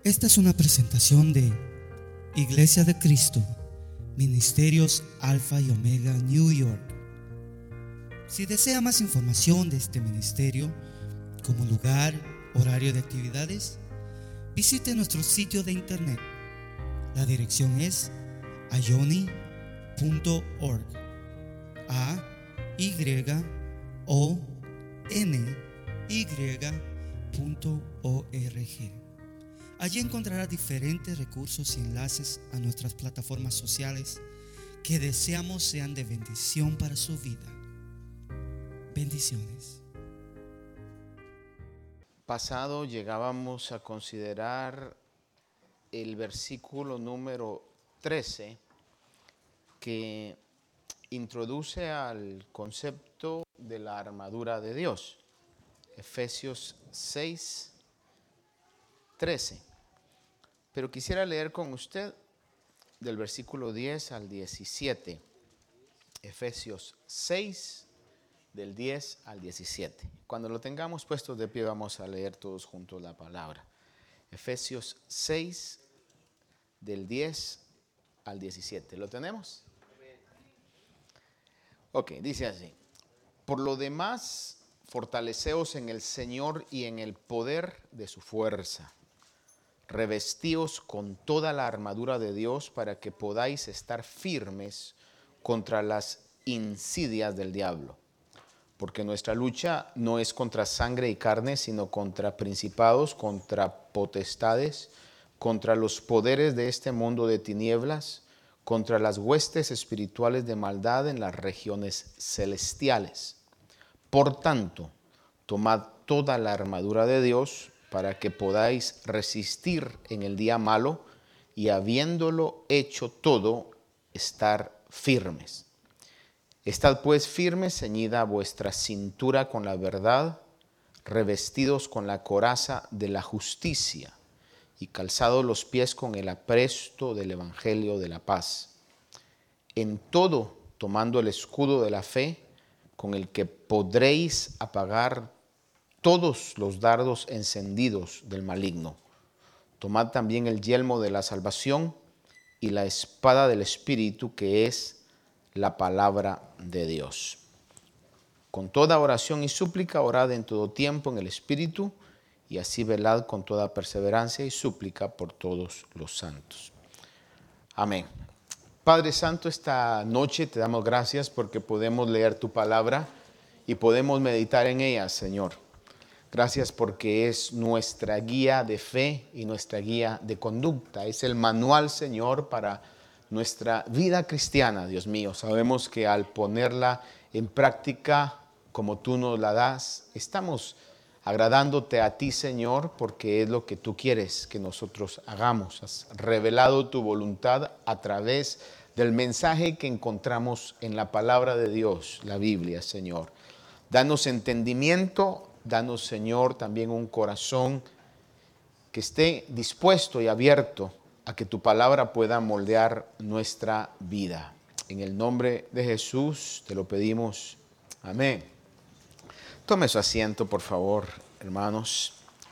Esta es una presentación de Iglesia de Cristo, Ministerios Alfa y Omega, New York. Si desea más información de este ministerio, como lugar, horario de actividades, visite nuestro sitio de internet. La dirección es ayoni.org. ayony.org. Allí encontrará diferentes recursos y enlaces a nuestras plataformas sociales que deseamos sean de bendición para su vida. Bendiciones. Pasado llegábamos a considerar el versículo número 13 que introduce al concepto de la armadura de Dios. Efesios 6, 13. Pero quisiera leer con usted del versículo 10 al 17. Efesios 6, del 10 al 17. Cuando lo tengamos puesto de pie, vamos a leer todos juntos la palabra. Efesios 6, del 10 al 17. ¿Lo tenemos? Ok, dice así. Por lo demás, fortaleceos en el Señor y en el poder de su fuerza. Revestíos con toda la armadura de Dios para que podáis estar firmes contra las insidias del diablo. Porque nuestra lucha no es contra sangre y carne, sino contra principados, contra potestades, contra los poderes de este mundo de tinieblas, contra las huestes espirituales de maldad en las regiones celestiales. Por tanto, tomad toda la armadura de Dios para que podáis resistir en el día malo y habiéndolo hecho todo, estar firmes. Estad pues firmes, ceñida vuestra cintura con la verdad, revestidos con la coraza de la justicia y calzados los pies con el apresto del evangelio de la paz. En todo, tomando el escudo de la fe, con el que podréis apagar todos los dardos encendidos del maligno. Tomad también el yelmo de la salvación y la espada del Espíritu, que es la palabra de Dios. Con toda oración y súplica, orad en todo tiempo en el Espíritu, y así velad con toda perseverancia y súplica por todos los santos. Amén. Padre Santo, esta noche te damos gracias porque podemos leer tu palabra y podemos meditar en ella, Señor. Gracias porque es nuestra guía de fe y nuestra guía de conducta. Es el manual, Señor, para nuestra vida cristiana, Dios mío. Sabemos que al ponerla en práctica como tú nos la das, estamos agradándote a ti, Señor, porque es lo que tú quieres que nosotros hagamos. Has revelado tu voluntad a través del mensaje que encontramos en la palabra de Dios, la Biblia, Señor. Danos entendimiento. Danos, Señor, también un corazón que esté dispuesto y abierto a que tu palabra pueda moldear nuestra vida. En el nombre de Jesús te lo pedimos. Amén. Tome su asiento, por favor, hermanos.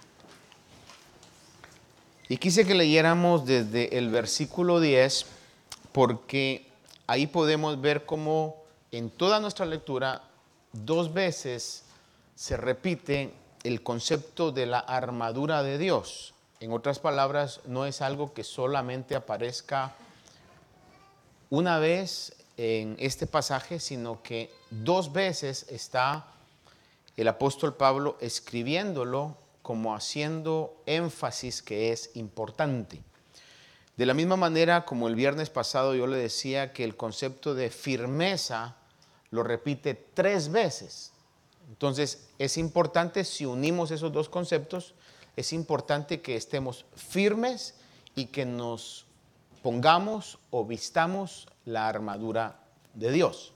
Y quise que leyéramos desde el versículo 10, porque ahí podemos ver cómo en toda nuestra lectura, dos veces se repite el concepto de la armadura de Dios. En otras palabras, no es algo que solamente aparezca una vez en este pasaje, sino que dos veces está el apóstol Pablo escribiéndolo como haciendo énfasis que es importante. De la misma manera como el viernes pasado yo le decía que el concepto de firmeza lo repite 3 veces. Entonces, es importante, si unimos esos dos conceptos, es importante que estemos firmes y que nos pongamos o vistamos la armadura de Dios.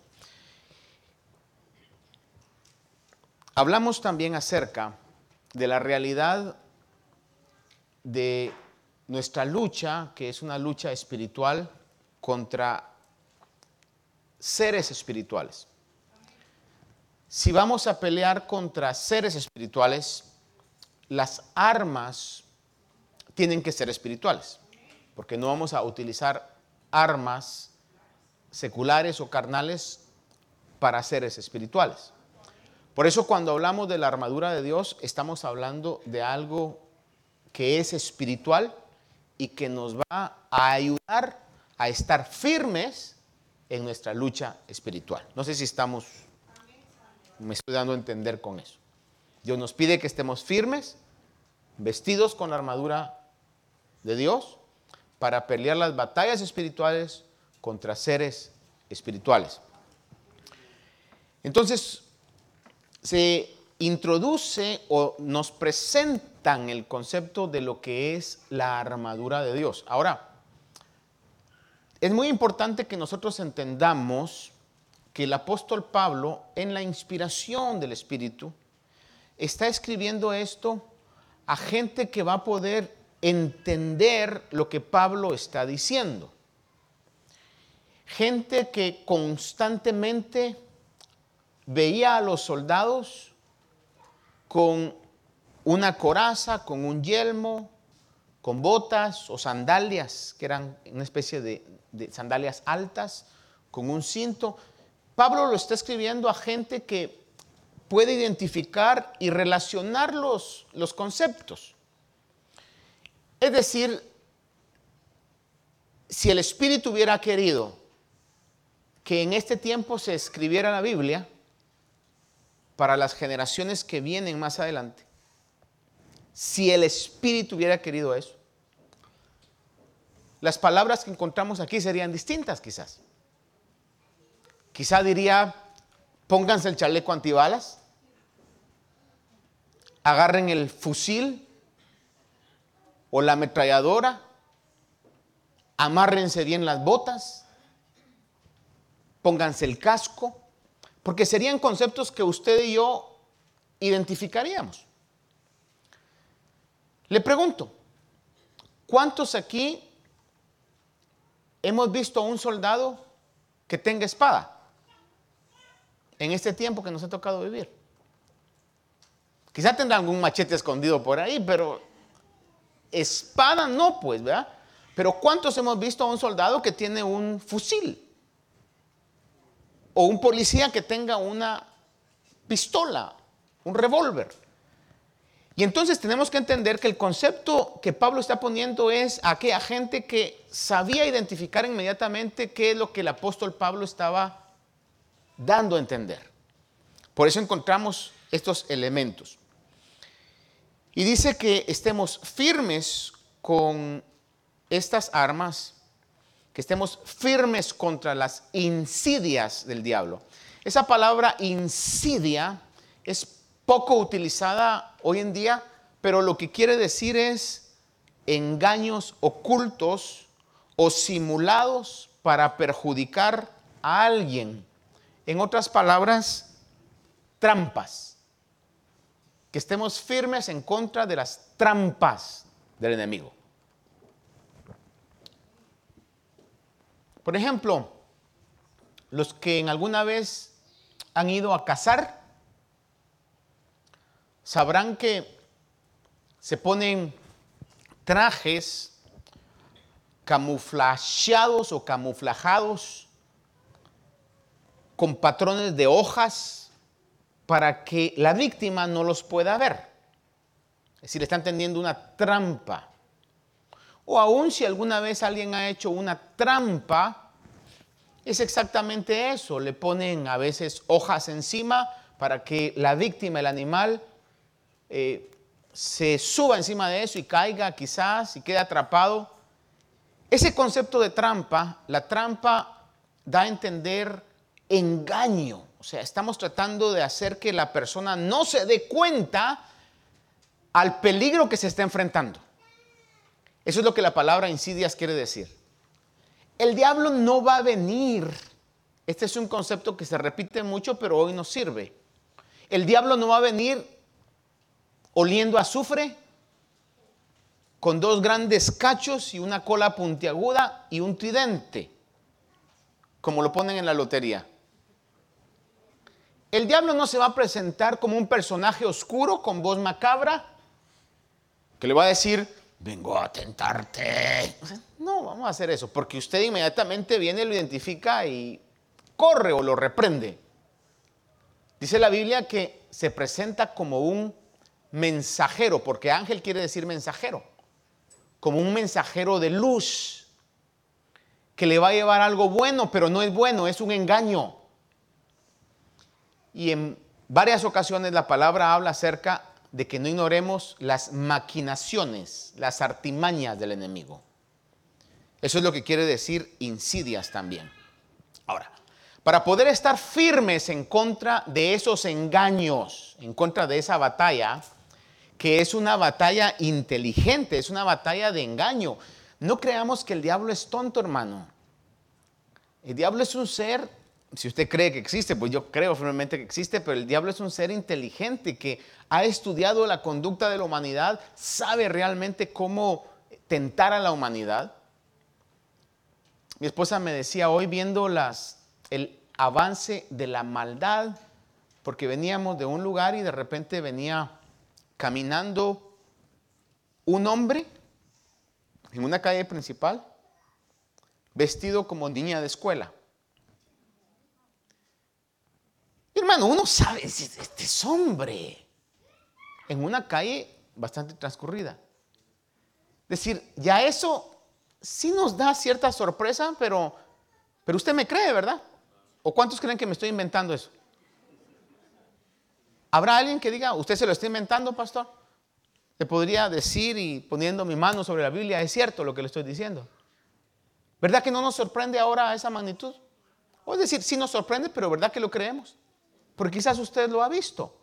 Hablamos también acerca de la realidad de nuestra lucha, que es una lucha espiritual contra seres espirituales. Si vamos a pelear contra seres espirituales, las armas tienen que ser espirituales, porque no vamos a utilizar armas seculares o carnales para seres espirituales. Por eso cuando hablamos de la armadura de Dios, estamos hablando de algo que es espiritual y que nos va a ayudar a estar firmes en nuestra lucha espiritual. No sé si me estoy dando a entender con eso. Dios nos pide que estemos firmes, vestidos con la armadura de Dios, para pelear las batallas espirituales contra seres espirituales. Entonces, se introduce o nos presentan el concepto de lo que es la armadura de Dios. Ahora, es muy importante que nosotros entendamos que el apóstol Pablo, en la inspiración del Espíritu, está escribiendo esto a gente que va a poder entender lo que Pablo está diciendo. Gente que constantemente veía a los soldados con una coraza, con un yelmo, con botas o sandalias, que eran una especie de sandalias altas, con un cinto. Pablo lo está escribiendo a gente que puede identificar y relacionar los conceptos. Es decir, si el Espíritu hubiera querido que en este tiempo se escribiera la Biblia para las generaciones que vienen más adelante, si el Espíritu hubiera querido eso, las palabras que encontramos aquí serían distintas quizás. Quizá diría, pónganse el chaleco antibalas, agarren el fusil o la ametralladora, amárrense bien las botas, pónganse el casco, porque serían conceptos que usted y yo identificaríamos. Le pregunto, ¿cuántos aquí hemos visto a un soldado que tenga espada en este tiempo que nos ha tocado vivir? Quizá tendrá algún machete escondido por ahí, pero espada no, pues, ¿verdad? Pero ¿cuántos hemos visto a un soldado que tiene un fusil? O un policía que tenga una pistola, un revólver. Y entonces tenemos que entender que el concepto que Pablo está poniendo es a aquella gente que sabía identificar inmediatamente qué es lo que el apóstol Pablo estaba dando a entender. Por eso encontramos estos elementos. Y dice que estemos firmes con estas armas, que estemos firmes contra las insidias del diablo. Esa palabra insidia es poco utilizada hoy en día, pero lo que quiere decir es engaños ocultos o simulados para perjudicar a alguien. En otras palabras, trampas. Que estemos firmes en contra de las trampas del enemigo. Por ejemplo, los que en alguna vez han ido a cazar, sabrán que se ponen trajes camuflajeados o camuflajados con patrones de hojas para que la víctima no los pueda ver. Es decir, están tendiendo una trampa. O aún si alguna vez alguien ha hecho una trampa, es exactamente eso. Le ponen a veces hojas encima para que la víctima, el animal, se suba encima de eso y caiga quizás y quede atrapado. Ese concepto de trampa, la trampa da a entender engaño. O sea, estamos tratando de hacer que la persona no se dé cuenta al peligro que se está enfrentando. Eso es lo que la palabra insidias quiere decir. El diablo no va a venir. Este es un concepto que se repite mucho, pero hoy nos sirve. El diablo no va a venir oliendo a azufre, con dos grandes cachos y una cola puntiaguda y un tridente, como lo ponen en la lotería. El diablo no se va a presentar como un personaje oscuro con voz macabra, que le va a decir, vengo a tentarte. No, vamos a hacer eso, porque usted inmediatamente viene, lo identifica y corre o lo reprende. Dice la Biblia que se presenta como un mensajero, porque ángel quiere decir mensajero, como un mensajero de luz, que le va a llevar algo bueno, pero no es bueno, es un engaño. Y en varias ocasiones la palabra habla acerca de que no ignoremos las maquinaciones, las artimañas del enemigo. Eso es lo que quiere decir insidias también. Ahora, para poder estar firmes en contra de esos engaños, en contra de esa batalla, que es una batalla inteligente, es una batalla de engaño. No creamos que el diablo es tonto, hermano. El diablo es un ser, si usted cree que existe, pues yo creo firmemente que existe, pero el diablo es un ser inteligente que ha estudiado la conducta de la humanidad, sabe realmente cómo tentar a la humanidad. Mi esposa me decía hoy, viendo el avance de la maldad, porque veníamos de un lugar y de repente venía caminando un hombre en una calle principal, vestido como niña de escuela. Hermano, uno sabe, este es hombre, en una calle bastante transcurrida. Es decir, ya eso sí nos da cierta sorpresa, pero usted me cree, ¿verdad? ¿O cuántos creen que me estoy inventando eso? ¿Habrá alguien que diga, usted se lo está inventando, pastor? Le podría decir, y poniendo mi mano sobre la Biblia, es cierto lo que le estoy diciendo. ¿Verdad que no nos sorprende ahora esa magnitud? O es decir, sí nos sorprende, pero ¿verdad que lo creemos? Porque quizás usted lo ha visto.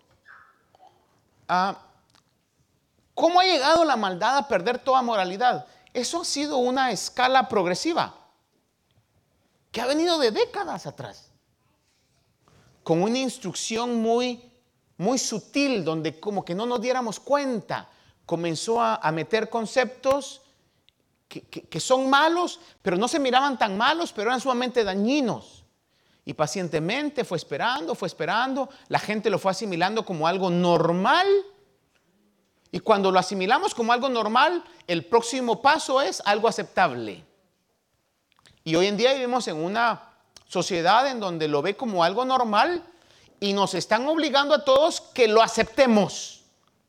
¿Cómo ha llegado la maldad a perder toda moralidad? Eso ha sido una escala progresiva que ha venido de décadas atrás, con una instrucción muy sutil, donde como que no nos diéramos cuenta, comenzó a meter conceptos que son malos, pero no se miraban tan malos, pero eran sumamente dañinos. Y pacientemente fue esperando, la gente lo fue asimilando como algo normal. Y cuando lo asimilamos como algo normal, el próximo paso es algo aceptable. Y hoy en día vivimos en una sociedad en donde lo ve como algo normal y nos están obligando a todos que lo aceptemos.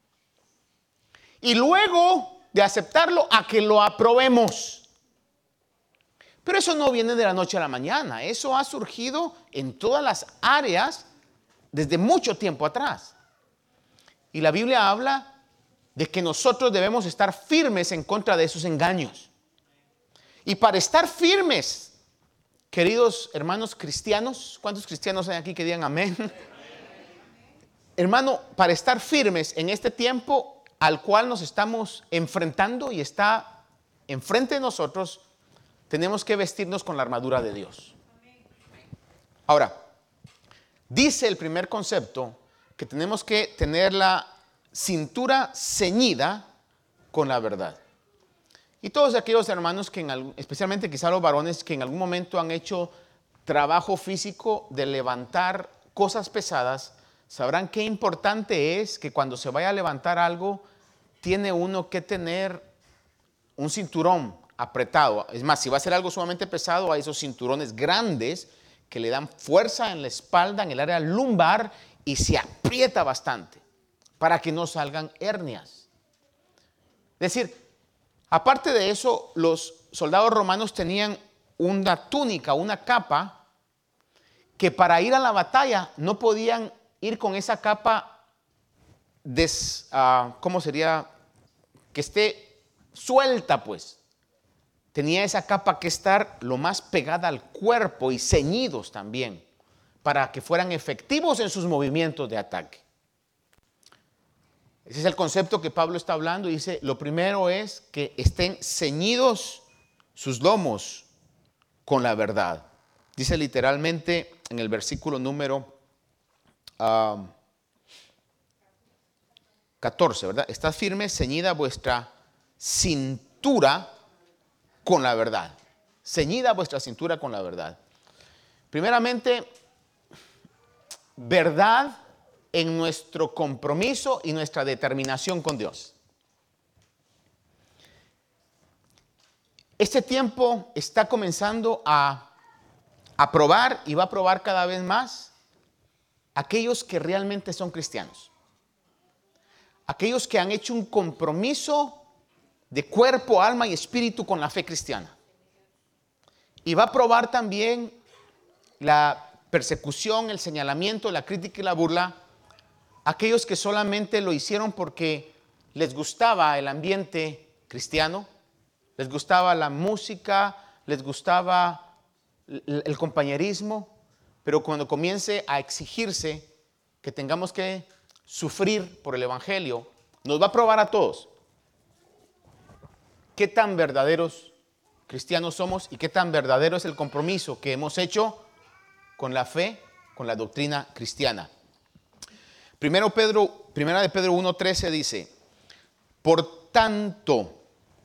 Y luego de aceptarlo, a que lo aprobemos. Pero eso no viene de la noche a la mañana. Eso ha surgido en todas las áreas desde mucho tiempo atrás. Y la Biblia habla de que nosotros debemos estar firmes en contra de esos engaños. Y para estar firmes, queridos hermanos cristianos, ¿cuántos cristianos hay aquí que digan amén? Hermano, para estar firmes en este tiempo al cual nos estamos enfrentando y está enfrente de nosotros, tenemos que vestirnos con la armadura de Dios. Ahora, dice el primer concepto que tenemos que tener la cintura ceñida con la verdad. Y todos aquellos hermanos que especialmente quizá los varones que en algún momento han hecho trabajo físico de levantar cosas pesadas, sabrán qué importante es que cuando se vaya a levantar algo, tiene uno que tener un cinturón apretado. Es más, si va a ser algo sumamente pesado, hay esos cinturones grandes que le dan fuerza en la espalda, en el área lumbar, y se aprieta bastante para que no salgan hernias. Es decir, aparte de eso, los soldados romanos tenían una túnica, una capa, que para ir a la batalla no podían ir con esa capa, ¿cómo sería? Que esté suelta, pues. Tenía esa capa que estar lo más pegada al cuerpo y ceñidos también, para que fueran efectivos en sus movimientos de ataque. Ese es el concepto que Pablo está hablando. Dice, lo primero es que estén ceñidos sus lomos con la verdad. Dice literalmente en el versículo número 14, ¿verdad? Está firme, ceñida vuestra cintura con la verdad. Ceñida vuestra cintura con la verdad. Primeramente, verdad en nuestro compromiso y nuestra determinación con Dios. este tiempo está comenzando a probar y va a probar cada vez más aquellos que realmente son cristianos. Aquellos que han hecho un compromiso de cuerpo, alma y espíritu con la fe cristiana. Y va a probar también la persecución, el señalamiento, la crítica y la burla. Aquellos que solamente lo hicieron porque les gustaba el ambiente cristiano, les gustaba la música, les gustaba el compañerismo, pero cuando comience a exigirse que tengamos que sufrir por el evangelio, nos va a probar a todos qué tan verdaderos cristianos somos y qué tan verdadero es el compromiso que hemos hecho con la fe, con la doctrina cristiana. Primera de Pedro 1:13 dice: por tanto,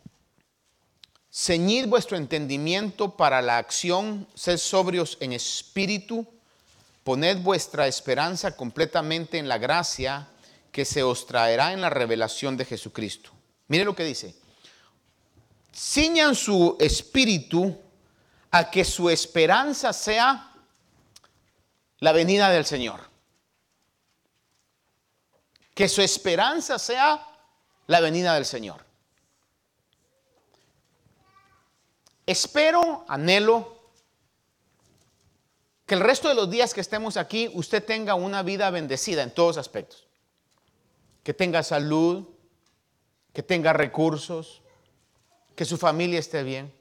ceñid vuestro entendimiento para la acción, sed sobrios en espíritu, poned vuestra esperanza completamente en la gracia que se os traerá en la revelación de Jesucristo. Mire lo que dice: ciñan su espíritu a que su esperanza sea la venida del Señor. Que su esperanza sea la venida del Señor. Espero, anhelo que el resto de los días que estemos aquí usted tenga una vida bendecida en todos aspectos. Que tenga salud, que tenga recursos, que su familia esté bien.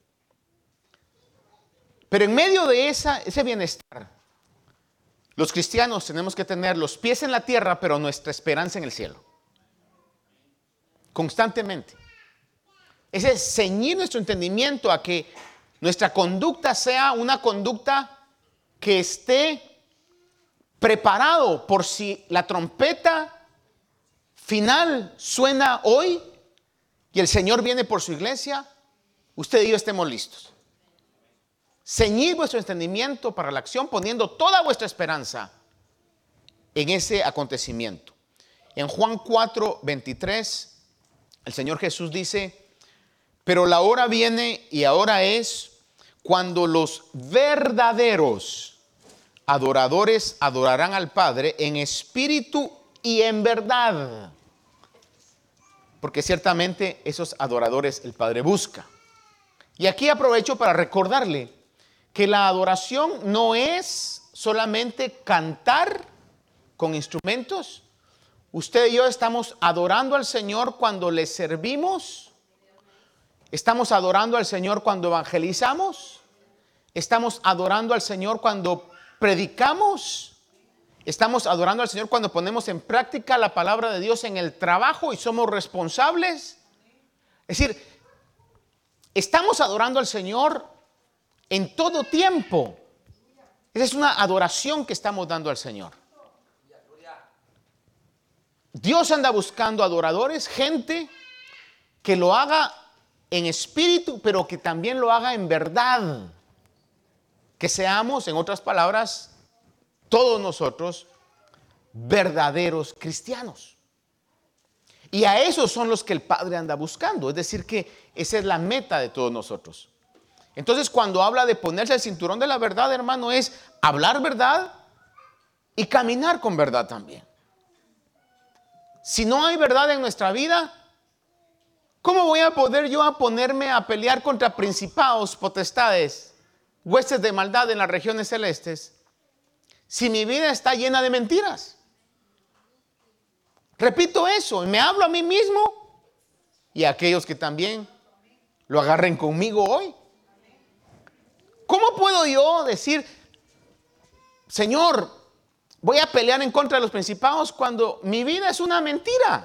Pero en medio de ese bienestar, los cristianos tenemos que tener los pies en la tierra, pero nuestra esperanza en el cielo. Constantemente. Ese ceñir nuestro entendimiento a que nuestra conducta sea una conducta que esté preparado por si la trompeta final suena hoy y el Señor viene por su iglesia, usted y yo estemos listos. Ceñid vuestro entendimiento para la acción, poniendo toda vuestra esperanza en ese acontecimiento. En Juan 4:23, el Señor Jesús dice: pero la hora viene y ahora es cuando los verdaderos adoradores adorarán al Padre en espíritu y en verdad. Porque ciertamente esos adoradores el Padre busca. Y aquí aprovecho para recordarle que la adoración no es solamente cantar con instrumentos. Usted y yo estamos adorando al Señor cuando le servimos. Estamos adorando al Señor cuando evangelizamos. Estamos adorando al Señor cuando predicamos. Estamos adorando al Señor cuando ponemos en práctica la palabra de Dios en el trabajo y somos responsables. Es decir, estamos adorando al Señor en todo tiempo. Esa es una adoración que estamos dando al Señor. Dios anda buscando adoradores, gente que lo haga en espíritu, pero que también lo haga en verdad. Que seamos, en otras palabras, todos nosotros verdaderos cristianos. Y a esos son los que el Padre anda buscando. Es decir, que esa es la meta de todos nosotros. Entonces, cuando habla de ponerse el cinturón de la verdad, hermano, es hablar verdad y caminar con verdad también. Si no hay verdad en nuestra vida, ¿cómo voy a poder yo a ponerme a pelear contra principados, potestades, huestes de maldad en las regiones celestes, si mi vida está llena de mentiras? Repito eso, me hablo a mí mismo y a aquellos que también lo agarren conmigo hoy. ¿Cómo puedo yo decir, Señor, voy a pelear en contra de los principados cuando mi vida es una mentira?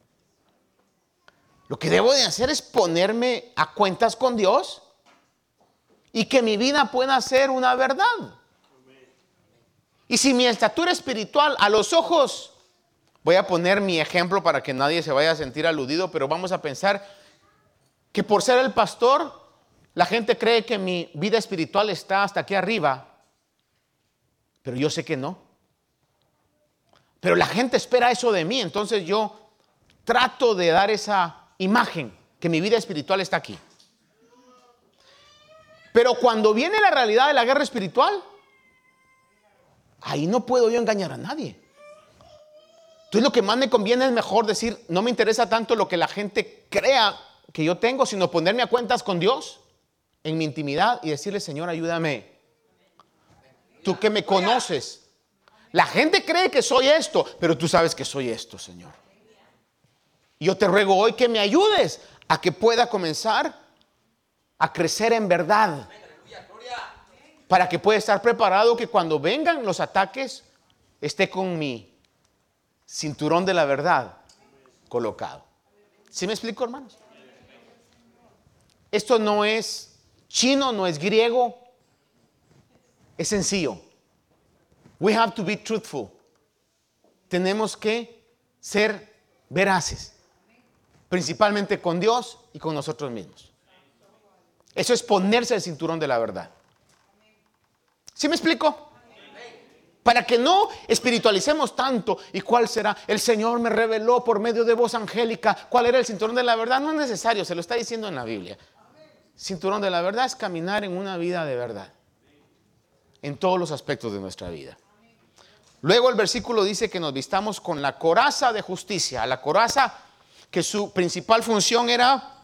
Lo que debo de hacer es ponerme a cuentas con Dios y que mi vida pueda ser una verdad. Y si mi estatura espiritual a los ojos, voy a poner mi ejemplo para que nadie se vaya a sentir aludido, pero vamos a pensar que por ser el pastor, la gente cree que mi vida espiritual está hasta aquí arriba, pero yo sé que no. Pero la gente espera eso de mí, entonces yo trato de dar esa imagen que mi vida espiritual está aquí. Pero cuando viene la realidad de la guerra espiritual, ahí no puedo yo engañar a nadie. Entonces lo que más me conviene es mejor decir, no me interesa tanto lo que la gente crea que yo tengo, sino ponerme a cuentas con Dios en mi intimidad y decirle, Señor, ayúdame. Tú que me conoces. La gente cree que soy esto, pero tú sabes que soy esto, Señor. Y yo te ruego hoy que me ayudes a que pueda comenzar a crecer en verdad, para que pueda estar preparado, que cuando vengan los ataques esté con mi cinturón de la verdad colocado. ¿Sí me explico, hermanos? Esto no es chino, no es griego, es sencillo. We have to be truthful. Tenemos que ser veraces, principalmente con Dios y con nosotros mismos. Eso es ponerse el cinturón de la verdad. ¿Sí me explico? Para que no espiritualicemos tanto. ¿Y cuál será? El Señor me reveló por medio de voz angélica cuál era el cinturón de la verdad. No es necesario, se lo está diciendo en la Biblia. Cinturón de la verdad es caminar en una vida de verdad, en todos los aspectos de nuestra vida. Luego el versículo dice que nos vistamos con la coraza de justicia. La coraza, que su principal función era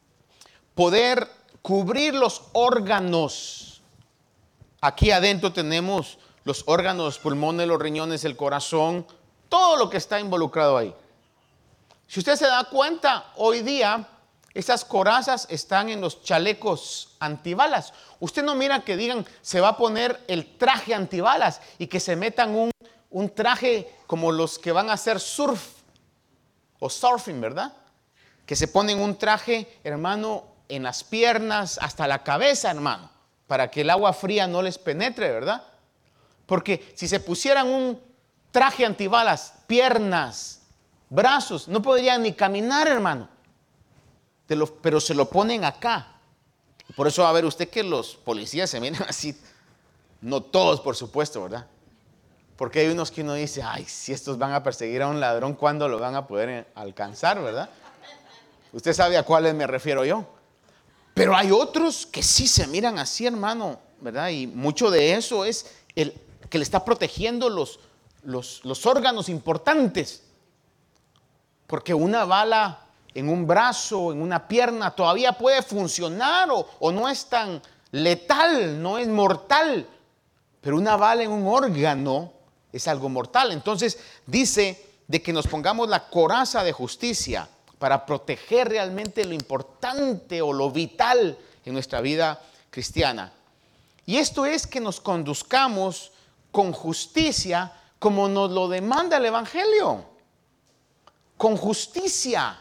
poder cubrir los órganos. Aquí adentro tenemos los órganos, los pulmones, los riñones, el corazón, todo lo que está involucrado ahí. Si usted se da cuenta, hoy día estas corazas están en los chalecos antibalas. Usted no mira que digan, se va a poner el traje antibalas y que se metan un traje como los que van a hacer surf o surfing, ¿verdad? Que se ponen un traje, hermano, en las piernas hasta la cabeza, hermano, para que el agua fría no les penetre, ¿verdad? Porque si se pusieran un traje antibalas, piernas, brazos, no podrían ni caminar, hermano. Pero se lo ponen acá. Por eso va a ver usted que los policías se miran así. No todos, por supuesto, ¿verdad? Porque hay unos que uno dice, ay, si estos van a perseguir a un ladrón, ¿cuándo lo van a poder alcanzar, verdad? Usted sabe a cuáles me refiero yo. Pero hay otros que sí se miran así, hermano, ¿verdad? Y mucho de eso es el que le está protegiendo los órganos importantes. Porque una bala en un brazo, en una pierna, todavía puede funcionar o no es tan letal, no es mortal. Pero una bala en un órgano es algo mortal. Entonces dice de que nos pongamos la coraza de justicia para proteger realmente lo importante o lo vital en nuestra vida cristiana. Y esto es que nos conduzcamos con justicia como nos lo demanda el Evangelio. Con justicia.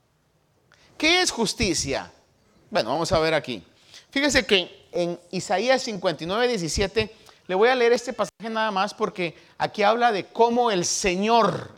¿Qué es justicia? Bueno, vamos a ver aquí. Fíjese que en Isaías 59:17, le voy a leer este pasaje nada más porque aquí habla de cómo el Señor,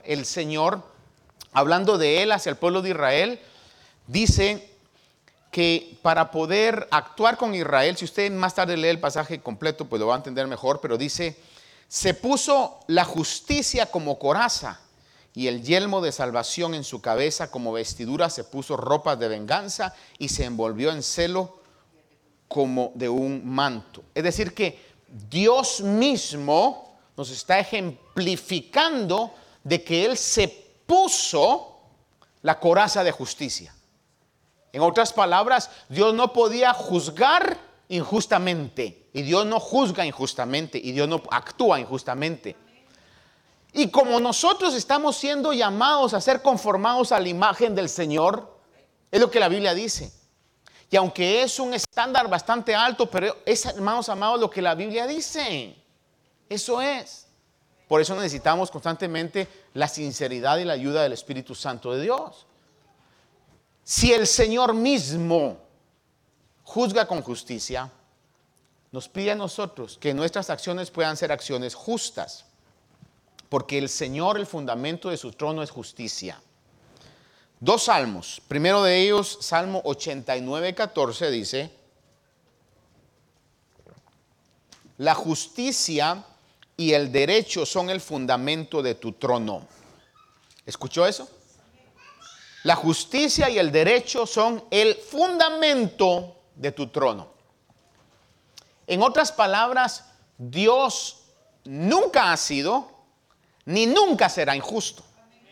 hablando de Él hacia el pueblo de Israel, dice que para poder actuar con Israel, si usted más tarde lee el pasaje completo, pues lo va a entender mejor, pero dice, se puso la justicia como coraza y el yelmo de salvación en su cabeza, como vestidura se puso ropas de venganza y se envolvió en celo como de un manto. Es decir que Dios mismo nos está ejemplificando de que Él se puso la coraza de justicia. En otras palabras, Dios no podía juzgar injustamente y Dios no juzga injustamente y Dios no actúa injustamente. Y como nosotros estamos siendo llamados a ser conformados a la imagen del Señor, es lo que la Biblia dice. Y aunque es un estándar bastante alto, pero es, hermanos amados, lo que la Biblia dice. Eso es. Por eso necesitamos constantemente la sinceridad y la ayuda del Espíritu Santo de Dios. Si el Señor mismo juzga con justicia, nos pide a nosotros que nuestras acciones puedan ser acciones justas. Porque el Señor, el fundamento de su trono es justicia. Dos salmos. Primero de ellos, Salmo 89:14 dice: la justicia y el derecho son el fundamento de tu trono. ¿Escuchó eso? La justicia y el derecho son el fundamento de tu trono. En otras palabras, Dios nunca ha sido ni nunca será injusto.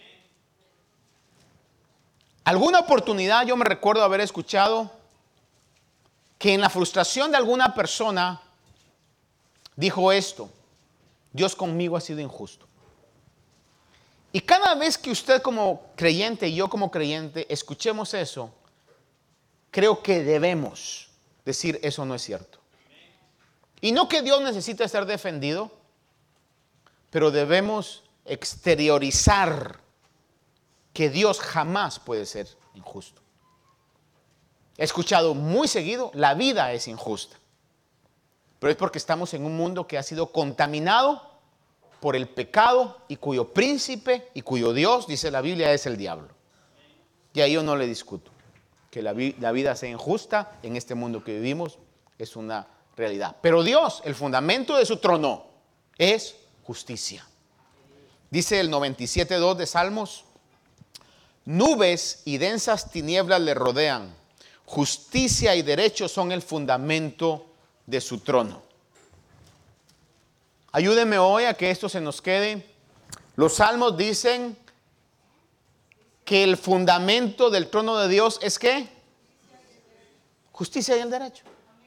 Alguna oportunidad yo me recuerdo haber escuchado que en la frustración de alguna persona dijo esto: Dios conmigo ha sido injusto. Y cada vez que usted como creyente y yo como creyente escuchemos eso, creo que debemos decir eso no es cierto. Y no que Dios necesite ser defendido, pero debemos exteriorizar que Dios jamás puede ser injusto. He escuchado muy seguido: la vida es injusta. Pero es porque estamos en un mundo que ha sido contaminado por el pecado y cuyo príncipe y cuyo Dios, dice la Biblia, es el diablo. Y ahí yo no le discuto. Que la vida sea injusta en este mundo que vivimos es una realidad. Pero Dios, el fundamento de su trono es justicia. Dice el 97:2 de Salmos: nubes y densas tinieblas le rodean, justicia y derecho son el fundamento de su trono. Ayúdenme hoy a que esto se nos quede. Los salmos dicen que el fundamento del trono de Dios es ¿qué? Justicia y el derecho.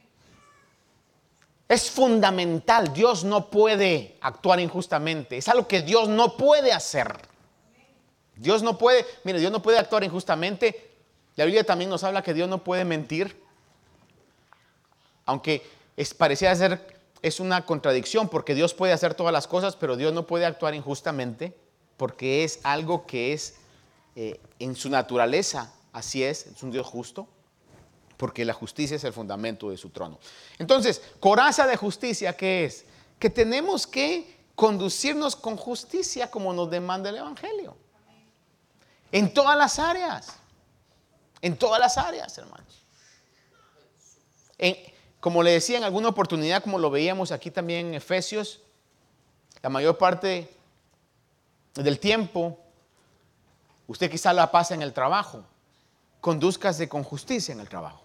Es fundamental. Dios no puede actuar injustamente. Es algo que Dios no puede hacer. Dios no puede, mire, Dios no puede actuar injustamente. La Biblia también nos habla que Dios no puede mentir. Aunque parecía ser, es una contradicción, porque Dios puede hacer todas las cosas, pero Dios no puede actuar injustamente, porque es algo que es en su naturaleza. Así es un Dios justo, porque la justicia es el fundamento de su trono. Entonces, coraza de justicia, ¿qué es? Que tenemos que conducirnos con justicia como nos demanda el Evangelio. En todas las áreas. En todas las áreas, hermanos. Como le decía en alguna oportunidad, como lo veíamos aquí también en Efesios, la mayor parte del tiempo, usted quizá la pasa en el trabajo. Condúzcase con justicia en el trabajo.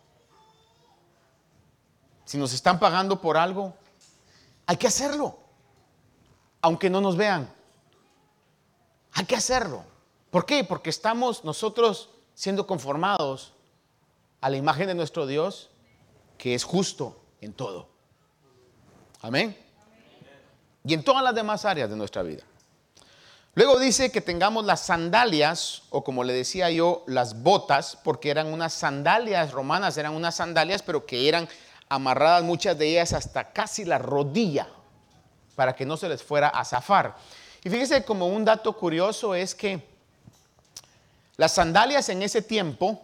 Si nos están pagando por algo, hay que hacerlo. Aunque no nos vean. Hay que hacerlo. ¿Por qué? Porque estamos nosotros siendo conformados a la imagen de nuestro Dios, que es justo en todo. Amén. Y en todas las demás áreas de nuestra vida. Luego dice que tengamos las sandalias, o como le decía yo, las botas, porque eran unas sandalias romanas, eran unas sandalias, pero que eran amarradas muchas de ellas hasta casi la rodilla, para que no se les fuera a zafar. Y fíjese, como un dato curioso es que las sandalias en ese tiempo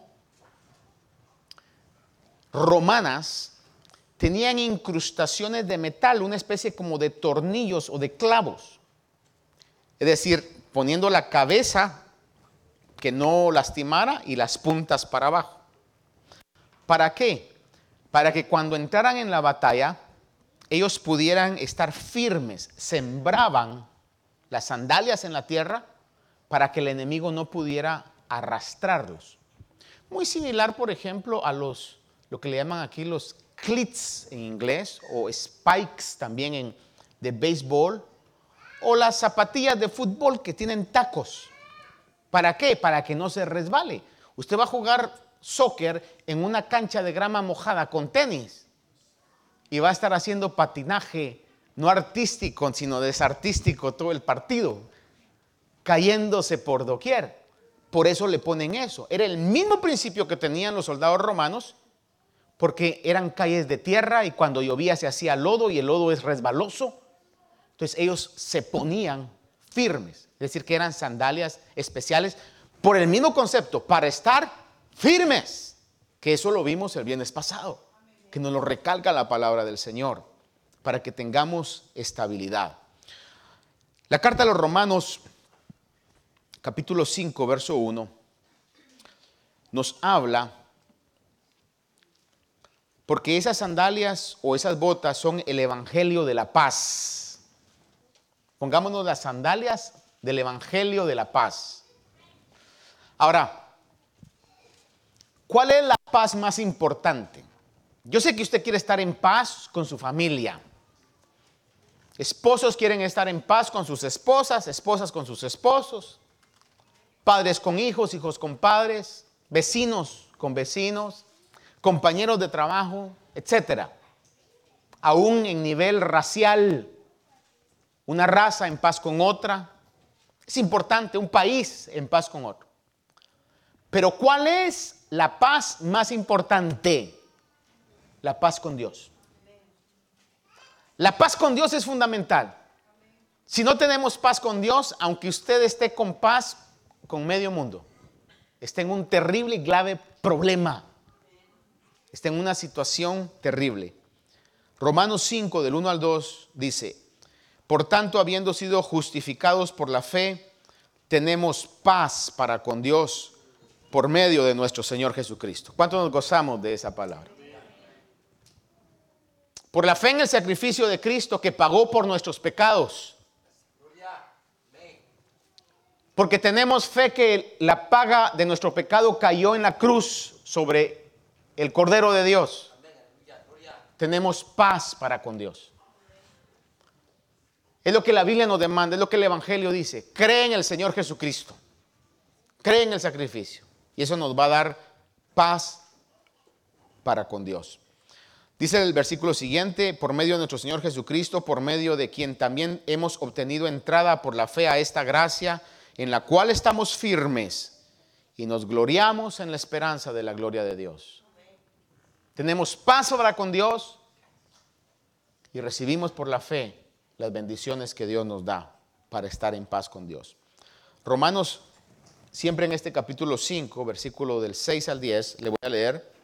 romanas tenían incrustaciones de metal, una especie como de tornillos o de clavos. Es decir, poniendo la cabeza que no lastimara y las puntas para abajo. ¿Para qué? Para que cuando entraran en la batalla, ellos pudieran estar firmes. Sembraban las sandalias en la tierra para que el enemigo no pudiera arrastrarlos. Muy similar, por ejemplo, a lo que le llaman aquí los cleats en inglés, o spikes también de béisbol, o las zapatillas de fútbol que tienen tacos. ¿Para qué? Para que no se resbale. Usted va a jugar soccer en una cancha de grama mojada con tenis y va a estar haciendo patinaje no artístico, sino desartístico todo el partido, cayéndose por doquier. Por eso le ponen eso. Era el mismo principio que tenían los soldados romanos, porque eran calles de tierra y cuando llovía se hacía lodo y el lodo es resbaloso. Entonces ellos se ponían firmes, es decir, que eran sandalias especiales por el mismo concepto, para estar firmes, que eso lo vimos el viernes pasado, que nos lo recalca la palabra del Señor, para que tengamos estabilidad. La carta a los Romanos, capítulo 5, verso 1, nos habla, porque esas sandalias o esas botas son el evangelio de la paz. Pongámonos las sandalias del evangelio de la paz. Ahora, ¿cuál es la paz más importante? Yo sé que usted quiere estar en paz con su familia. Esposos quieren estar en paz con sus esposas, esposas con sus esposos, padres con hijos, hijos con padres, vecinos con vecinos, compañeros de trabajo, etcétera. Aún en nivel racial, una raza en paz con otra. Es importante, un país en paz con otro. Pero ¿cuál es la paz más importante? La paz con Dios. La paz con Dios es fundamental. Si no tenemos paz con Dios, aunque usted esté con paz con medio mundo, está en un terrible y grave problema. Está en una situación terrible. Romanos 5, del 1 al 2, dice: por tanto, habiendo sido justificados por la fe, tenemos paz para con Dios por medio de nuestro Señor Jesucristo. ¿Cuánto nos gozamos de esa palabra? Por la fe en el sacrificio de Cristo que pagó por nuestros pecados. Porque tenemos fe que la paga de nuestro pecado cayó en la cruz sobre el Cordero de Dios. Tenemos paz para con Dios. Es lo que la Biblia nos demanda, es lo que el Evangelio dice. Cree en el Señor Jesucristo. Cree en el sacrificio. Y eso nos va a dar paz para con Dios. Dice el versículo siguiente: por medio de nuestro Señor Jesucristo, por medio de quien también hemos obtenido entrada por la fe a esta gracia, en la cual estamos firmes y nos gloriamos en la esperanza de la gloria de Dios. Tenemos paz para con Dios y recibimos por la fe las bendiciones que Dios nos da para estar en paz con Dios. Romanos, siempre en este capítulo 5, versículo del 6 al 10, le voy a leer.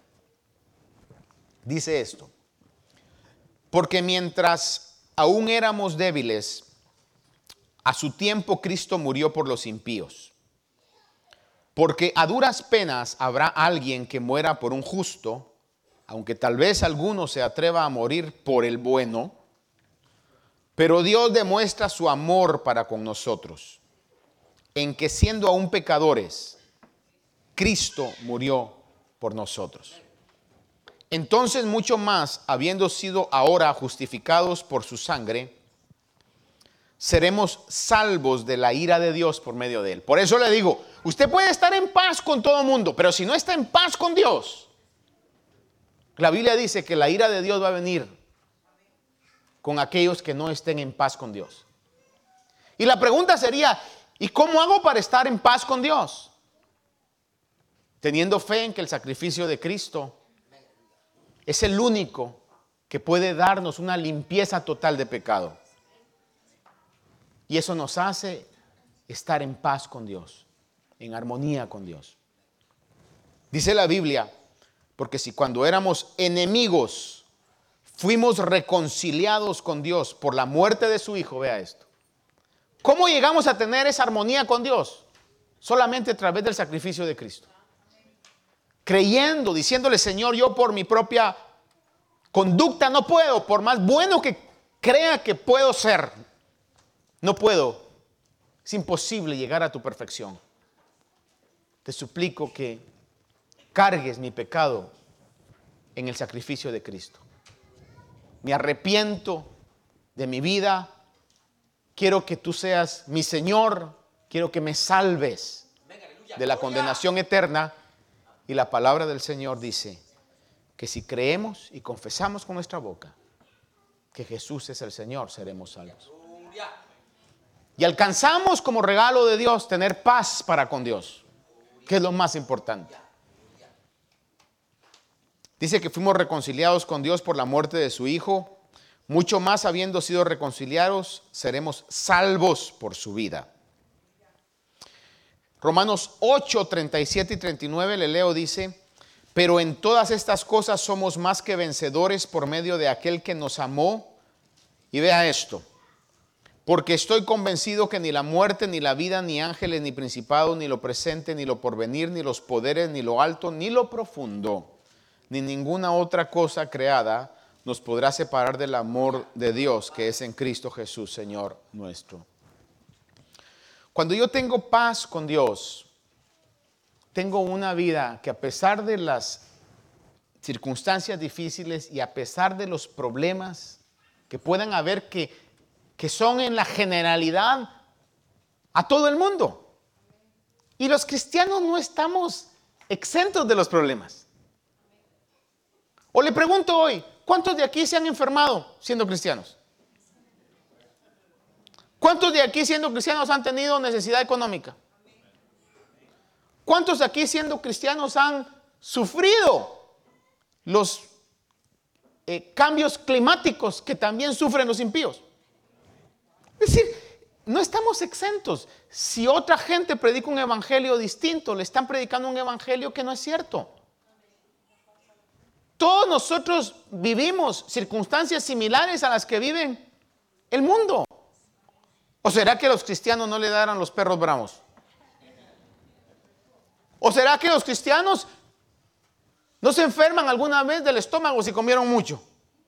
Dice esto: porque mientras aún éramos débiles, a su tiempo Cristo murió por los impíos. Porque a duras penas habrá alguien que muera por un justo, aunque tal vez alguno se atreva a morir por el bueno. Pero Dios demuestra su amor para con nosotros, en que siendo aún pecadores, Cristo murió por nosotros. Entonces mucho más, habiendo sido ahora justificados por su sangre, seremos salvos de la ira de Dios por medio de él. Por eso le digo, usted puede estar en paz con todo el mundo, pero si no está en paz con Dios, la Biblia dice que la ira de Dios va a venir con aquellos que no estén en paz con Dios. Y la pregunta sería, ¿y cómo hago para estar en paz con Dios? Teniendo fe en que el sacrificio de Cristo es el único que puede darnos una limpieza total de pecado. Y eso nos hace estar en paz con Dios, en armonía con Dios. Dice la Biblia, porque si cuando éramos enemigos fuimos reconciliados con Dios por la muerte de su Hijo, vea esto. ¿Cómo llegamos a tener esa armonía con Dios? Solamente a través del sacrificio de Cristo. Creyendo, diciéndole: Señor, yo por mi propia conducta no puedo, por más bueno que crea que puedo ser, no puedo. Es imposible llegar a tu perfección. Te suplico que cargues mi pecado en el sacrificio de Cristo. Me arrepiento de mi vida. Quiero que tú seas mi Señor. Quiero que me salves de la condenación eterna. Y la palabra del Señor dice que si creemos y confesamos con nuestra boca que Jesús es el Señor, seremos salvos. Y alcanzamos como regalo de Dios tener paz para con Dios, que es lo más importante. Dice que fuimos reconciliados con Dios por la muerte de su Hijo. Mucho más, habiendo sido reconciliados, seremos salvos por su vida. Romanos 8, 37 y 39, le leo, dice: pero en todas estas cosas somos más que vencedores por medio de aquel que nos amó. Y vea esto: porque estoy convencido que ni la muerte, ni la vida, ni ángeles, ni principados, ni lo presente, ni lo porvenir, ni los poderes, ni lo alto, ni lo profundo, ni ninguna otra cosa creada nos podrá separar del amor de Dios que es en Cristo Jesús, Señor nuestro. Cuando yo tengo paz con Dios, tengo una vida que, a pesar de las circunstancias difíciles y a pesar de los problemas que puedan haber que son en la generalidad a todo el mundo. Y los cristianos no estamos exentos de los problemas. O le pregunto hoy, ¿cuántos de aquí se han enfermado siendo cristianos? ¿Cuántos de aquí siendo cristianos han tenido necesidad económica? ¿Cuántos de aquí siendo cristianos han sufrido los cambios climáticos que también sufren los impíos? Es decir, no estamos exentos. Si otra gente predica un evangelio distinto, le están predicando un evangelio que no es cierto. Todos nosotros vivimos circunstancias similares a las que viven el mundo. ¿O será que los cristianos no le darán los perros bravos? ¿O será que los cristianos no se enferman alguna vez del estómago si comieron mucho?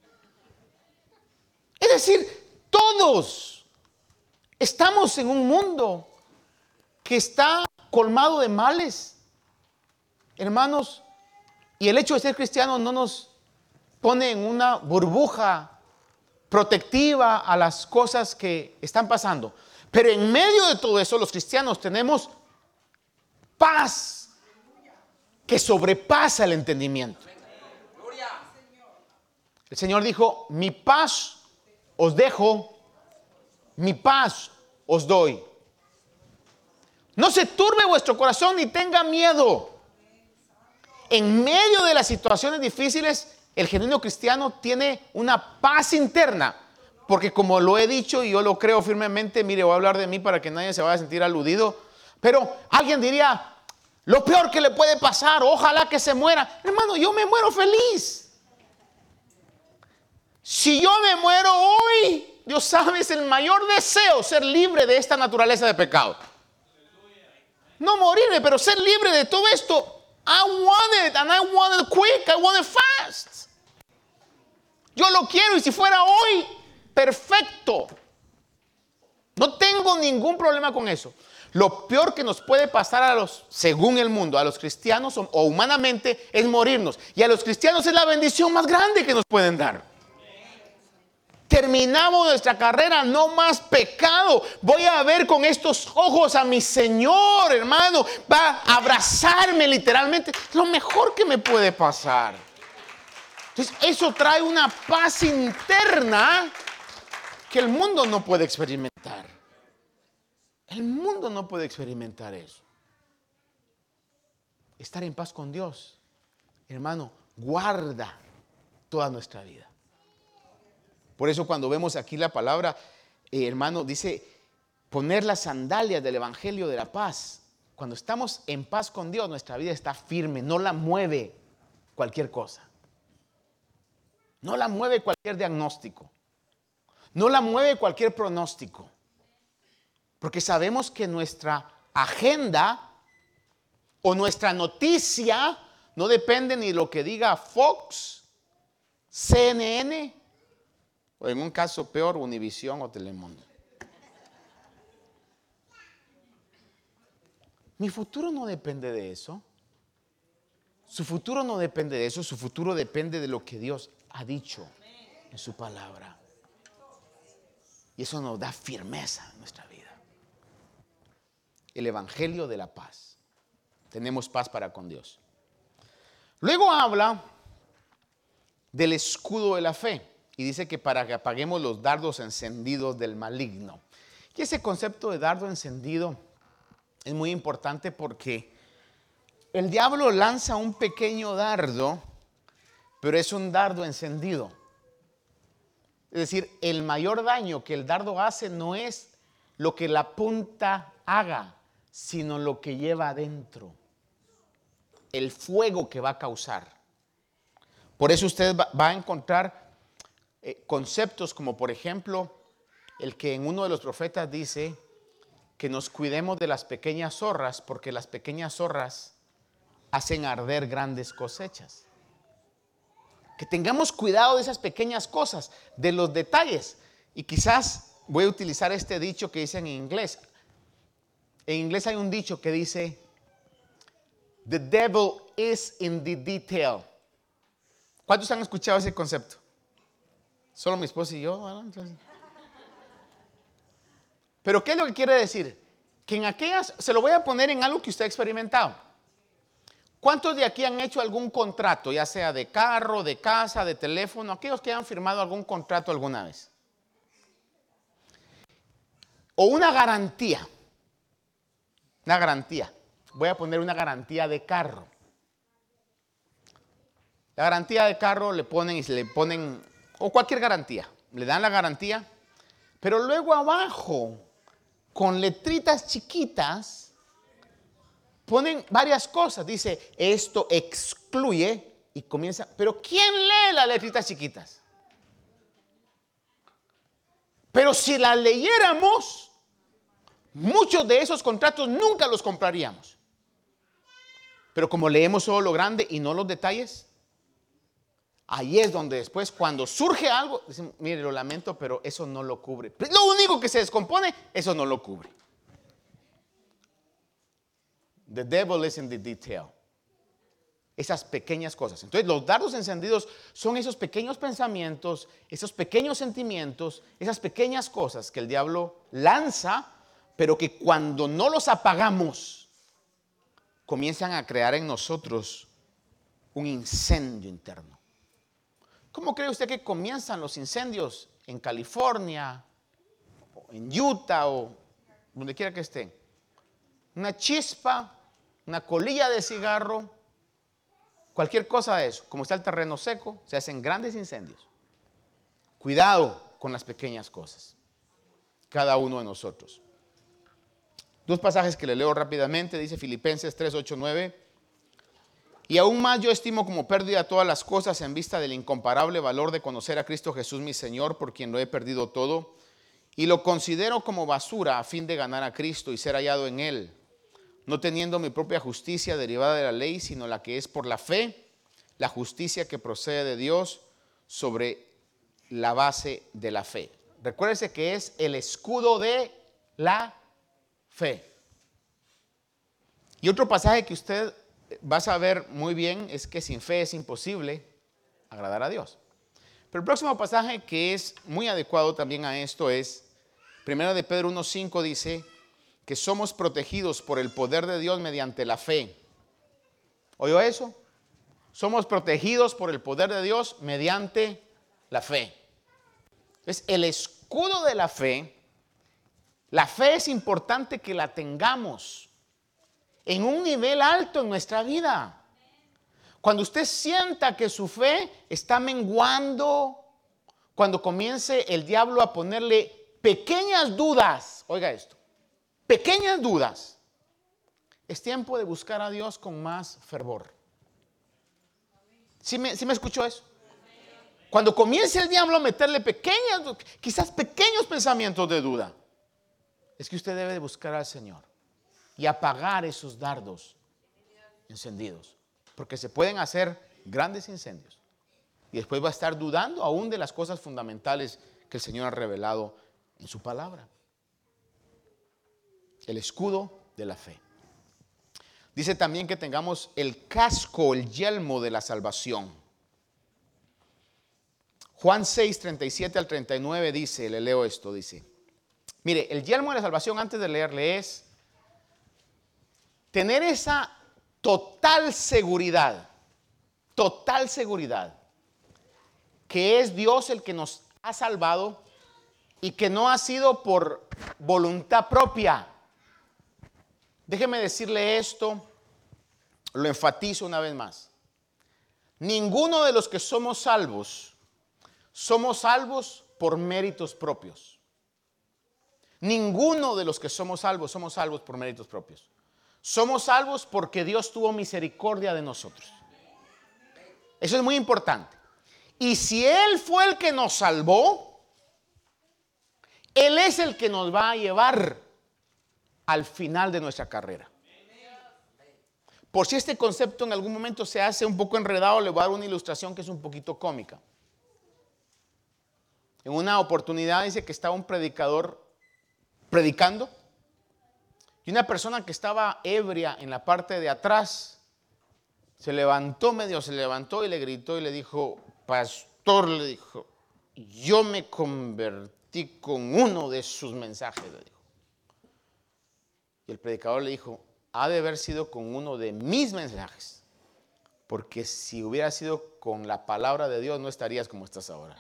Es decir, todos estamos en un mundo que está colmado de males, hermanos, y el hecho de ser cristianos no nos pone en una burbuja protectiva a las cosas que están pasando. Pero en medio de todo eso, los cristianos tenemos paz que sobrepasa el entendimiento. El Señor dijo, mi paz os dejo, mi paz os doy. No se turbe vuestro corazón ni tenga miedo. En medio de las situaciones difíciles, el genuino cristiano tiene una paz interna. Porque como lo he dicho y yo lo creo firmemente, mire, voy a hablar de mí para que nadie se vaya a sentir aludido. Pero alguien diría, lo peor que le puede pasar, ojalá que se muera. Hermano, yo me muero feliz. Si yo me muero hoy, Dios sabe, es el mayor deseo ser libre de esta naturaleza de pecado. No morirme, pero ser libre de todo esto. I want it and I want it quick, I want it fast. Yo lo quiero y si fuera hoy, perfecto. No tengo ningún problema con eso. Lo peor que nos puede pasar según el mundo, a los cristianos o humanamente, es morirnos. Y a los cristianos es la bendición más grande que nos pueden dar. Terminamos nuestra carrera, no más pecado. Voy a ver con estos ojos a mi Señor, hermano. Va a abrazarme literalmente. Lo mejor que me puede pasar. Entonces, eso trae una paz interna que el mundo no puede experimentar. El mundo no puede experimentar eso. Estar en paz con Dios, hermano, guarda toda nuestra vida. Por eso cuando vemos aquí la palabra, hermano, dice poner las sandalias del evangelio de la paz. Cuando estamos en paz con Dios, nuestra vida está firme, no la mueve cualquier cosa. No la mueve cualquier diagnóstico. No la mueve cualquier pronóstico. Porque sabemos que nuestra agenda o nuestra noticia no depende ni de lo que diga Fox, CNN, o en un caso peor, Univisión o Telemundo. Mi futuro no depende de eso. Su futuro no depende de eso. Su futuro depende de lo que Dios ha dicho en su palabra. Y eso nos da firmeza en nuestra vida. El evangelio de la paz. Tenemos paz para con Dios. Luego habla del escudo de la fe. Y dice que para que apaguemos los dardos encendidos del maligno. Y ese concepto de dardo encendido es muy importante porque el diablo lanza un pequeño dardo, pero es un dardo encendido. Es decir, el mayor daño que el dardo hace no es lo que la punta haga, sino lo que lleva adentro. El fuego que va a causar. Por eso usted va a encontrar conceptos como por ejemplo el que en uno de los profetas dice que nos cuidemos de las pequeñas zorras porque las pequeñas zorras hacen arder grandes cosechas. Que tengamos cuidado de esas pequeñas cosas, de los detalles. Y quizás voy a utilizar este dicho que dicen en inglés. En inglés hay un dicho que dice: The devil is in the detail. ¿Cuántos han escuchado ese concepto? Solo mi esposa y yo. Bueno, entonces. Pero ¿qué es lo que quiere decir? Que en aquellas, se lo voy a poner en algo que usted ha experimentado. ¿Cuántos de aquí han hecho algún contrato, ya sea de carro, de casa, de teléfono? Aquellos que han firmado algún contrato alguna vez. O una garantía. Una garantía. Voy a poner una garantía de carro. La garantía de carro le ponen, o cualquier garantía, le dan la garantía, pero luego abajo, con letritas chiquitas, ponen varias cosas. Dice, esto excluye, y comienza, pero ¿quién lee las letritas chiquitas? Pero si las leyéramos, muchos de esos contratos nunca los compraríamos. Pero como leemos solo lo grande y no los detalles, ahí es donde después, cuando surge algo, dicen, mire, lo lamento, pero eso no lo cubre. Lo único que se descompone, eso no lo cubre. The devil is in the detail. Esas pequeñas cosas. Entonces, los dardos encendidos son esos pequeños pensamientos, esos pequeños sentimientos, esas pequeñas cosas que el diablo lanza, pero que cuando no los apagamos, comienzan a crear en nosotros un incendio interno. ¿Cómo cree usted que comienzan los incendios en California, o en Utah o donde quiera que estén? Una chispa, una colilla de cigarro, cualquier cosa de eso. Como está el terreno seco, se hacen grandes incendios. Cuidado con las pequeñas cosas, cada uno de nosotros. Dos pasajes que le leo rápidamente, dice Filipenses 3, 8, 9. Y aún más yo estimo como pérdida todas las cosas en vista del incomparable valor de conocer a Cristo Jesús mi Señor, por quien lo he perdido todo, y lo considero como basura a fin de ganar a Cristo y ser hallado en Él, no teniendo mi propia justicia derivada de la ley, sino la que es por la fe, la justicia que procede de Dios sobre la base de la fe. Recuérdese que es el escudo de la fe. Y otro pasaje que usted va a saber muy bien es que sin fe es imposible agradar a Dios. Pero el próximo pasaje que es muy adecuado también a esto es 1 de Pedro 1:5, dice que somos protegidos por el poder de Dios mediante la fe. ¿Oyó eso? Somos protegidos por el poder de Dios mediante la fe. Es el escudo de la fe. La fe es importante que la tengamos en un nivel alto en nuestra vida. Cuando usted sienta que su fe está menguando, cuando comience el diablo a ponerle pequeñas dudas, oiga esto, pequeñas dudas, es tiempo de buscar a Dios con más fervor. ¿Sí me escuchó eso? Cuando comience el diablo a meterle pequeñas, quizás pequeños pensamientos de duda, es que usted debe de buscar al Señor y apagar esos dardos encendidos, porque se pueden hacer grandes incendios y después va a estar dudando aún de las cosas fundamentales que el Señor ha revelado en su palabra. El escudo de la fe. Dice también que tengamos el casco, el yelmo de la salvación. Juan 6, 37 al 39 dice, le leo esto, dice, mire, el yelmo de la salvación, antes de leerle, es tener esa total seguridad, que es Dios el que nos ha salvado y que no ha sido por voluntad propia. Déjeme decirle esto, lo enfatizo una vez más. Ninguno de los que somos salvos por méritos propios. Ninguno de los que somos salvos por méritos propios. Somos salvos porque Dios tuvo misericordia de nosotros. Eso es muy importante. Y si Él fue el que nos salvó, Él es el que nos va a llevar al final de nuestra carrera. Por si este concepto en algún momento se hace un poco enredado, le voy a dar una ilustración que es un poquito cómica. En una oportunidad dice que estaba un predicador predicando y una persona que estaba ebria en la parte de atrás se levantó y le gritó y le dijo: pastor, le dijo, yo me convertí con uno de sus mensajes, le dijo. Y el predicador le dijo: ha de haber sido con uno de mis mensajes, porque si hubiera sido con la palabra de Dios no estarías como estás ahora.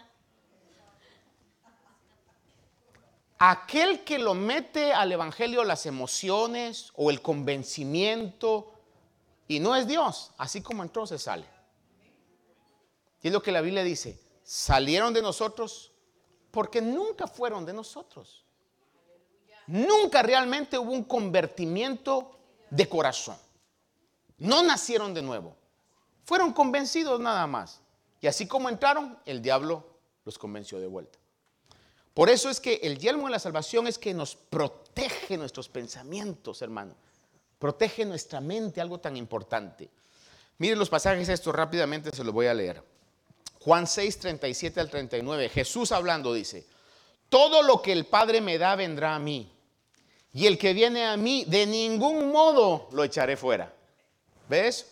Aquel que lo mete al evangelio las emociones o el convencimiento y no es Dios, así como entró se sale. Y es lo que la Biblia dice: salieron de nosotros porque nunca fueron de nosotros. Nunca realmente hubo un convertimiento de corazón. No nacieron de nuevo. Fueron convencidos nada más. Y así como entraron, el diablo los convenció de vuelta. Por eso es que el yelmo de la salvación es que nos protege nuestros pensamientos, hermano. Protege nuestra mente, algo tan importante. Miren los pasajes estos rápidamente, se los voy a leer. Juan 6, 37 al 39. Jesús hablando dice: todo lo que el Padre me da vendrá a mí, y el que viene a mí de ningún modo lo echaré fuera. ¿Ves?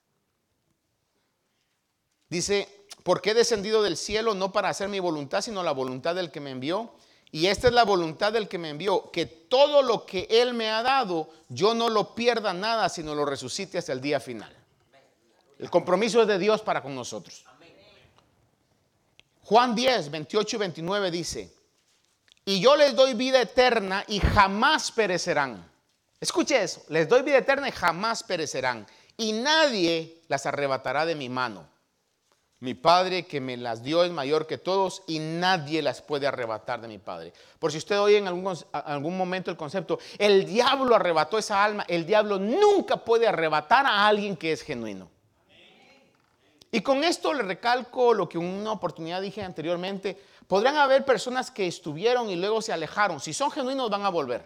Dice: porque he descendido del cielo no para hacer mi voluntad, sino la voluntad del que me envió. Y esta es la voluntad del que me envió, que todo lo que Él me ha dado, yo no lo pierda nada, sino lo resucite hasta el día final. El compromiso es de Dios para con nosotros. Juan 10, 28 y 29 dice: y yo les doy vida eterna y jamás perecerán. Escuche eso: les doy vida eterna y jamás perecerán, y nadie las arrebatará de mi mano. Mi Padre que me las dio es mayor que todos y nadie las puede arrebatar de mi Padre. Por si usted oye en algún momento el concepto: el diablo arrebató esa alma. El diablo nunca puede arrebatar a alguien que es genuino. Y con esto le recalco lo que en una oportunidad dije anteriormente: podrán haber personas que estuvieron y luego se alejaron. Si son genuinos van a volver.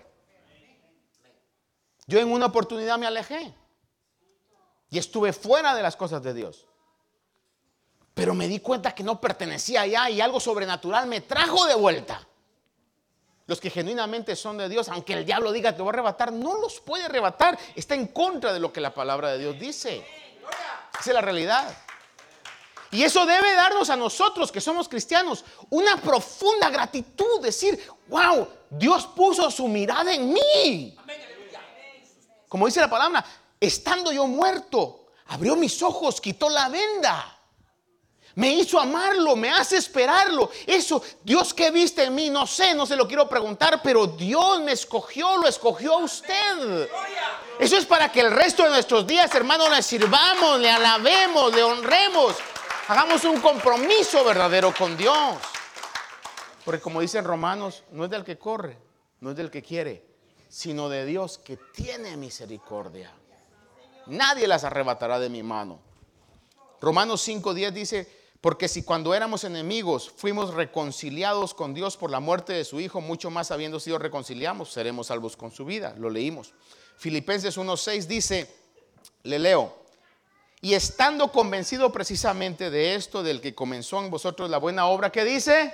Yo en una oportunidad me alejé y estuve fuera de las cosas de Dios. Pero me di cuenta que no pertenecía allá y algo sobrenatural me trajo de vuelta. Los que genuinamente son de Dios, aunque el diablo diga te voy a arrebatar, no los puede arrebatar. Está en contra de lo que la palabra de Dios dice. Esa es la realidad. Y eso debe darnos a nosotros que somos cristianos una profunda gratitud. Decir: wow, Dios puso su mirada en mí. Como dice la palabra: estando yo muerto, abrió mis ojos, quitó la venda. Me hizo amarlo, me hace esperarlo. Eso, Dios, ¿qué viste en mí? No sé, no se lo quiero preguntar, pero Dios me escogió, lo escogió a usted. Eso es para que el resto de nuestros días, hermanos, le sirvamos, le alabemos, le honremos. Hagamos un compromiso verdadero con Dios. Porque como dicen Romanos, no es del que corre, no es del que quiere, sino de Dios que tiene misericordia. Nadie las arrebatará de mi mano. Romanos 5:10 dice: porque si cuando éramos enemigos fuimos reconciliados con Dios por la muerte de su Hijo, mucho más habiendo sido reconciliados, seremos salvos con su vida. Lo leímos. Filipenses 1:6 dice, le leo: y estando convencido precisamente de esto, del que comenzó en vosotros la buena obra, ¿qué dice?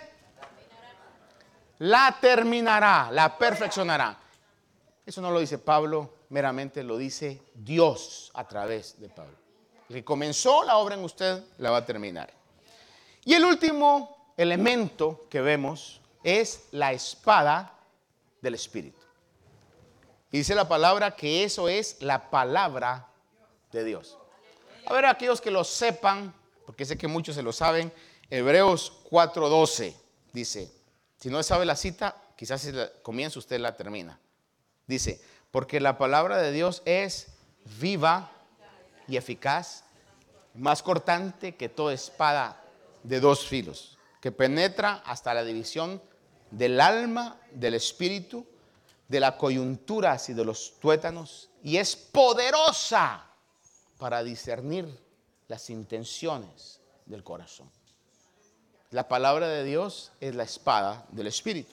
La terminará, la perfeccionará. Eso no lo dice Pablo, meramente lo dice Dios a través de Pablo. El que comenzó la obra en usted la va a terminar. Y el último elemento que vemos es la espada del Espíritu. Y dice la palabra que eso es la palabra de Dios. A ver, aquellos que lo sepan, porque sé que muchos se lo saben, Hebreos 4:12 dice, si no sabe la cita, quizás si la comienza usted la termina. Dice: porque la palabra de Dios es viva y eficaz, más cortante que toda espada de dos filos, que penetra hasta la división del alma, del espíritu, de las coyunturas y de los tuétanos, y es poderosa para discernir las intenciones del corazón. La palabra de Dios es la espada del espíritu.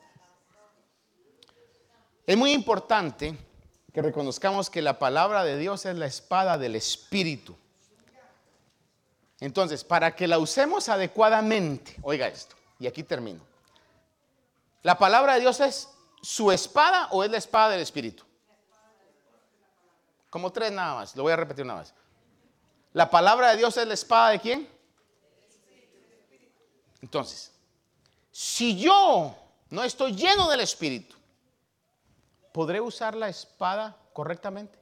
Es muy importante que reconozcamos que la palabra de Dios es la espada del espíritu. Entonces, para que la usemos adecuadamente, oiga esto, y aquí termino. ¿La palabra de Dios es su espada o es la espada del Espíritu? Como tres nada más, lo voy a repetir una vez. ¿La palabra de Dios es la espada de quién? Entonces, si yo no estoy lleno del Espíritu, ¿podré usar la espada correctamente?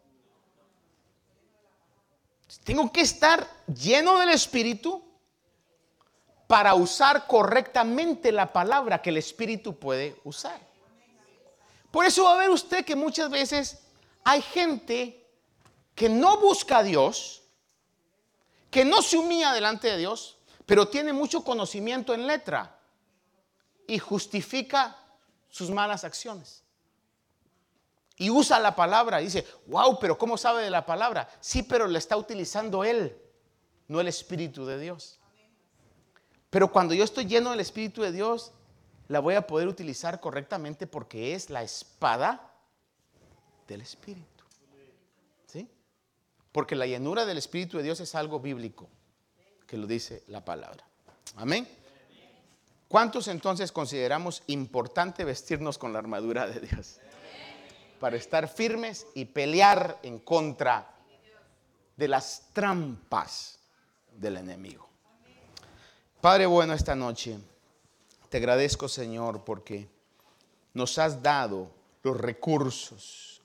Tengo que estar lleno del Espíritu para usar correctamente la palabra que el Espíritu puede usar. Por eso va a ver usted que muchas veces hay gente que no busca a Dios, que no se humilla delante de Dios, pero tiene mucho conocimiento en letra y justifica sus malas acciones. Y usa la palabra y dice, wow, pero ¿cómo sabe de la palabra? Sí, pero la está utilizando él, no el Espíritu de Dios. Pero cuando yo estoy lleno del Espíritu de Dios, la voy a poder utilizar correctamente porque es la espada del Espíritu. ¿Sí? Porque la llenura del Espíritu de Dios es algo bíblico, que lo dice la palabra. Amén. ¿Cuántos entonces consideramos importante vestirnos con la armadura de Dios? Para estar firmes y pelear en contra de las trampas del enemigo. Padre bueno, esta noche te agradezco, Señor, porque nos has dado los recursos.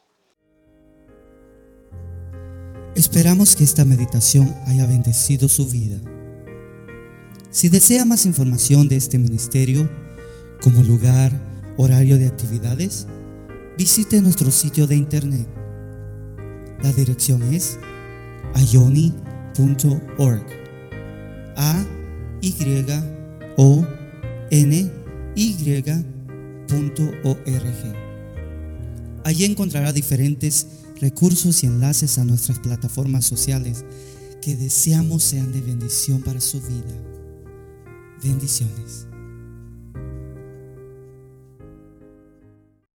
Esperamos que esta meditación haya bendecido su vida. Si desea más información de este ministerio, como lugar, horario de actividades, visite nuestro sitio de internet. La dirección es ayoni.org. ayony.org. Allí encontrará diferentes recursos y enlaces a nuestras plataformas sociales que deseamos sean de bendición para su vida. Bendiciones.